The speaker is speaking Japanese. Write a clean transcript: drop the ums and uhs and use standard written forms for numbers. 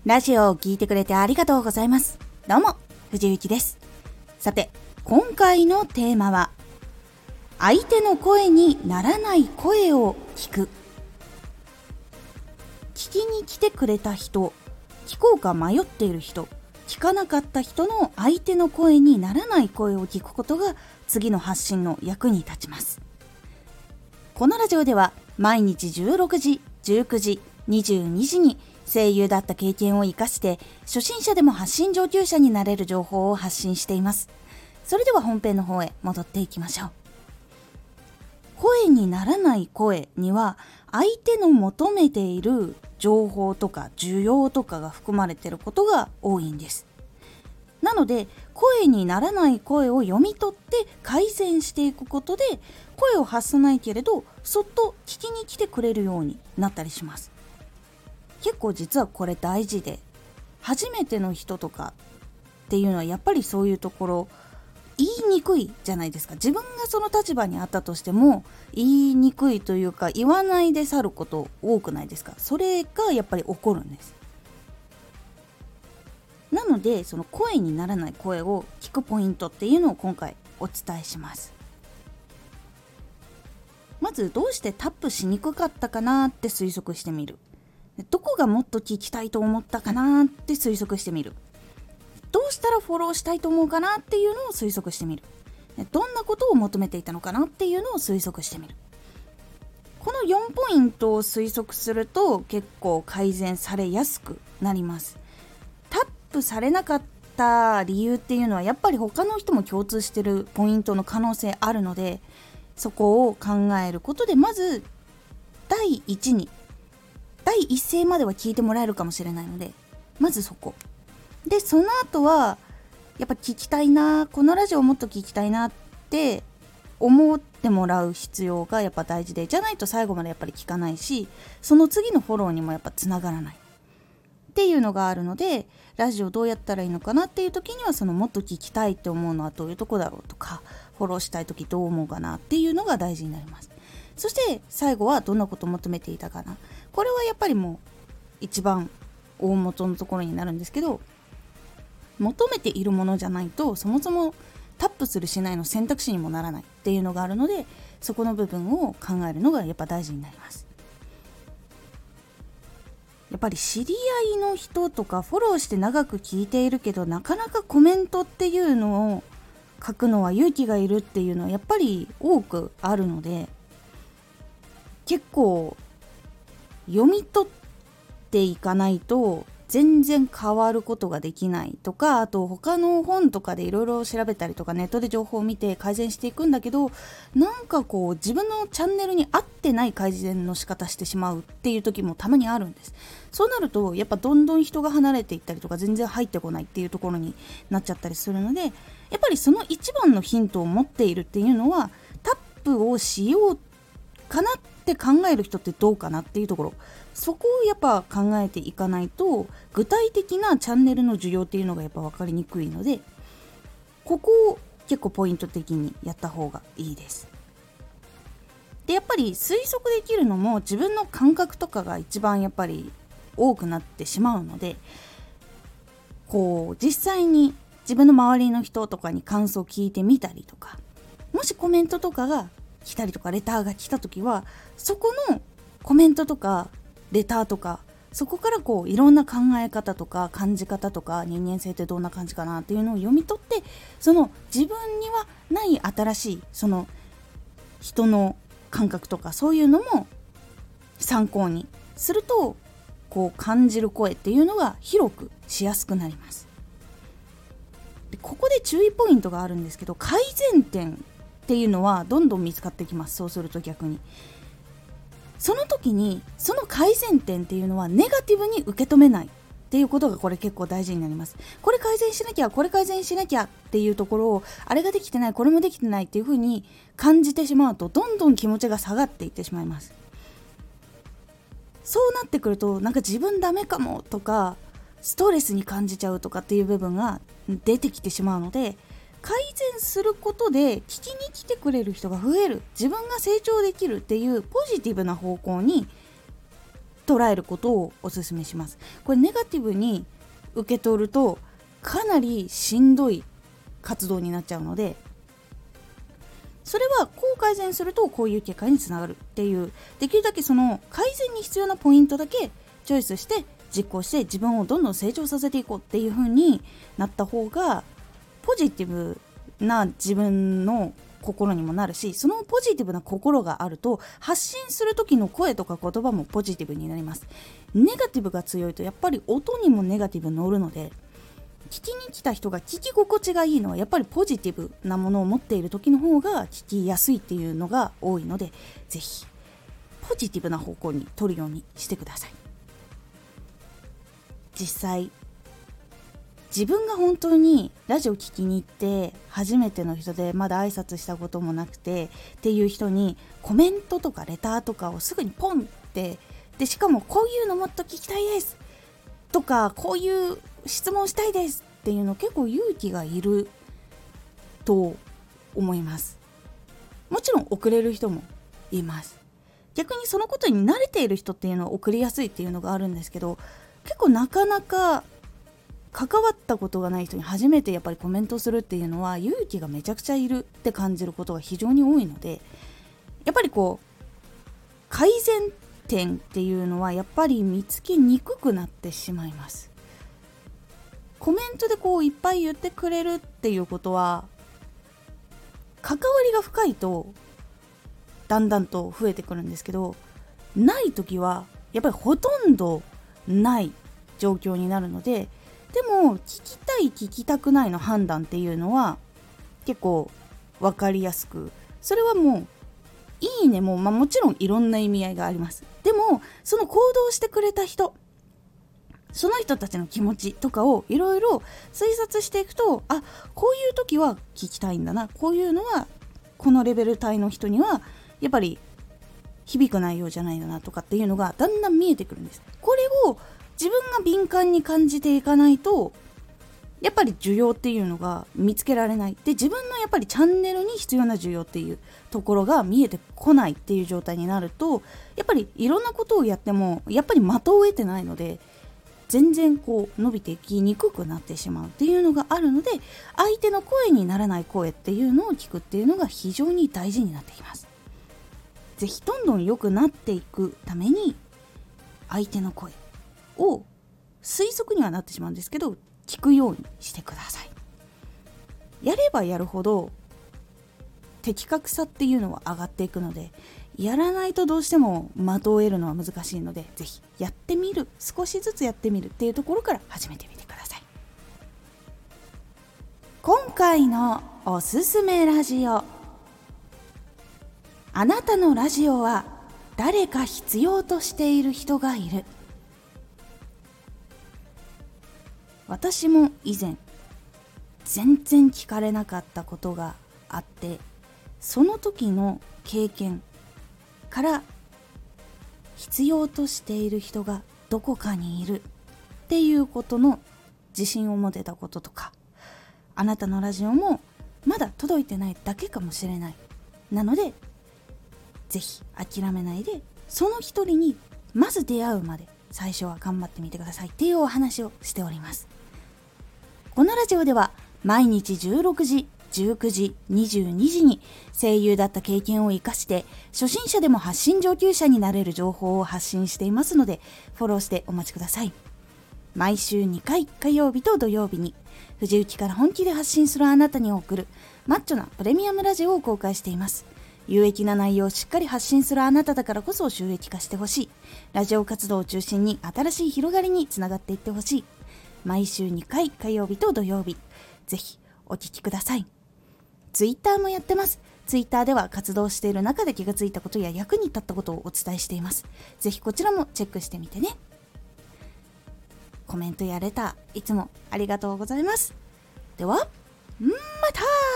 ラジオを聞いてくれてありがとうございます。どうも、藤幸です。さて、今回のテーマは、相手の声にならない声を聞く。聞きに来てくれた人、聞こうか迷っている人、聞かなかった人の相手の声にならない声を聞くことが次の発信の役に立ちます。このラジオでは毎日16時、19時、22時に声優だった経験を生かして初心者でも発信上級者になれる情報を発信しています。それでは本編の方へ戻っていきましょう。声にならない声には相手の求めている情報とか需要とかが含まれていることが多いんです。なので声にならない声を読み取って改善していくことで声を発さないけれどそっと聞きに来てくれるようになったりします。結構実はこれ大事で、初めての人とかっていうのはやっぱりそういうところ言いにくいじゃないですか。自分がその立場にあったとしても言いにくいというか、言わないで去ること多くないですか。それがやっぱり起こるんです。なのでその声にならない声を聞くポイントっていうのを今回お伝えします。まずどうしてタップしにくかったかなって推測してみる。どこがもっと聞きたいと思ったかなって推測してみる。どうしたらフォローしたいと思うかなっていうのを推測してみる。どんなことを求めていたのかなっていうのを推測してみる。この4ポイントを推測すると結構改善されやすくなります。タップされなかった理由っていうのはやっぱり他の人も共通してるポイントの可能性あるので、そこを考えることでまず第一声までは聞いてもらえるかもしれないので、まずそこで、その後はやっぱ聞きたいな、このラジオをもっと聞きたいなって思ってもらう必要がやっぱ大事で、じゃないと最後までやっぱり聞かないし、その次のフォローにもやっぱつながらないっていうのがあるので、ラジオどうやったらいいのかなっていう時には、そのもっと聞きたいって思うのはどういうとこだろうとか、フォローしたい時どう思うかなっていうのが大事になります。そして最後はどんなことを求めていたかな。これはやっぱりもう一番大元のところになるんですけど、求めているものじゃないとそもそもタップするしないの選択肢にもならないっていうのがあるので、そこの部分を考えるのがやっぱ大事になります。やっぱり知り合いの人とかフォローして長く聞いているけどなかなかコメントっていうのを書くのは勇気がいるっていうのはやっぱり多くあるので、結構読み取っていかないと全然変わることができないとか、あと他の本とかでいろいろ調べたりとかネットで情報を見て改善していくんだけど、なんかこう自分のチャンネルに合ってない改善の仕方してしまうっていう時もたまにあるんです。そうなるとやっぱどんどん人が離れていったりとか全然入ってこないっていうところになっちゃったりするので、やっぱりその一番のヒントを持っているっていうのは、タップをしようかなって考える人ってどうかなっていうところ、そこをやっぱ考えていかないと具体的なチャンネルの需要っていうのがやっぱ分かりにくいので、ここを結構ポイント的にやった方がいいです。でやっぱり推測できるのも自分の感覚とかが一番やっぱり多くなってしまうので、こう実際に自分の周りの人とかに感想を聞いてみたりとか、もしコメントとかが来たりとかレターが来た時は、そこのコメントとかレターとか、そこからこういろんな考え方とか感じ方とか人間性ってどんな感じかなっていうのを読み取って、その自分にはない新しいその人の感覚とかそういうのも参考にすると、こう感じる声っていうのが広くしやすくなります。でここで注意ポイントがあるんですけど、改善点っていうのはどんどん見つかってきます。そうすると逆にその時にその改善点っていうのはネガティブに受け止めないっていうことがこれ結構大事になります。これ改善しなきゃ、これ改善しなきゃっていうところを、あれができてない、これもできてないっていう風に感じてしまうと、どんどん気持ちが下がっていってしまいます。そうなってくるとなんか自分ダメかもとかストレスに感じちゃうとかっていう部分が出てきてしまうので、改善することで聞きに来てくれる人が増える、自分が成長できるっていうポジティブな方向に捉えることをお勧めします。これネガティブに受け取るとかなりしんどい活動になっちゃうので、それはこう改善するとこういう結果につながるっていう、できるだけその改善に必要なポイントだけチョイスして実行して自分をどんどん成長させていこうっていう風になった方がポジティブな自分の心にもなるし、そのポジティブな心があると発信する時の声とか言葉もポジティブになります。ネガティブが強いとやっぱり音にもネガティブ乗るので、聞きに来た人が聞き心地がいいのはやっぱりポジティブなものを持っている時の方が聞きやすいっていうのが多いので、ぜひポジティブな方向に取るようにしてください。実際自分が本当にラジオ聞きに行って初めての人でまだ挨拶したこともなくてっていう人にコメントとかレターとかをすぐにポンってで、しかもこういうのもっと聞きたいですとかこういう質問したいですっていうの結構勇気がいると思います。もちろん送れる人もいます。逆にそのことに慣れている人っていうのは送りやすいっていうのがあるんですけど、結構なかなか関わったことがない人に初めてやっぱりコメントするっていうのは勇気がめちゃくちゃいるって感じることが非常に多いので、やっぱりこう改善点っていうのはやっぱり見つけにくくなってしまいます。コメントでこういっぱい言ってくれるっていうことは関わりが深いとだんだんと増えてくるんですけど、ない時はやっぱりほとんどない状況になるので、でも聞きたい聞きたくないの判断っていうのは結構分かりやすく、それはもういいねも、もちろんいろんな意味合いがあります。でもその行動してくれた人、その人たちの気持ちとかをいろいろ推察していくと、あ、こういう時は聞きたいんだな、こういうのはこのレベル帯の人にはやっぱり響く内容じゃないんだなとかっていうのがだんだん見えてくるんです。これを自分が敏感に感じていかないとやっぱり需要っていうのが見つけられない。で、自分のやっぱりチャンネルに必要な需要っていうところが見えてこないっていう状態になると、やっぱりいろんなことをやってもやっぱり的を得てないので全然こう伸びていきにくくなってしまうっていうのがあるので、相手の声にならない声っていうのを聞くっていうのが非常に大事になってきます。ぜひどんどん良くなっていくために相手の声を推測にはなってしまうんですけど聞くようにしてください。やればやるほど的確さっていうのは上がっていくので、やらないとどうしても的を得るのは難しいので、ぜひやってみる、少しずつやってみるっていうところから始めてみてください。今回のおすすめラジオ。あなたのラジオは誰か必要としている人がいる。私も以前全然聞かれなかったことがあって、その時の経験から必要としている人がどこかにいるっていうことの自信を持てたこととか、あなたのラジオもまだ届いてないだけかもしれない。なのでぜひ諦めないで、その一人にまず出会うまで最初は頑張ってみてくださいっていうお話をしております。このラジオでは毎日16時、19時、22時に声優だった経験を生かして初心者でも発信上級者になれる情報を発信していますので、フォローしてお待ちください。毎週2回、火曜日と土曜日に藤雪から本気で発信するあなたに送るマッチョなプレミアムラジオを公開しています。有益な内容をしっかり発信するあなただからこそ収益化してほしい。ラジオ活動を中心に新しい広がりにつながっていってほしい。毎週2回、火曜日と土曜日、ぜひお聞きください。ツイッターもやってます。ツイッターでは活動している中で気がついたことや役に立ったことをお伝えしています。ぜひこちらもチェックしてみてね。コメントやレターいつもありがとうございます。ではまた。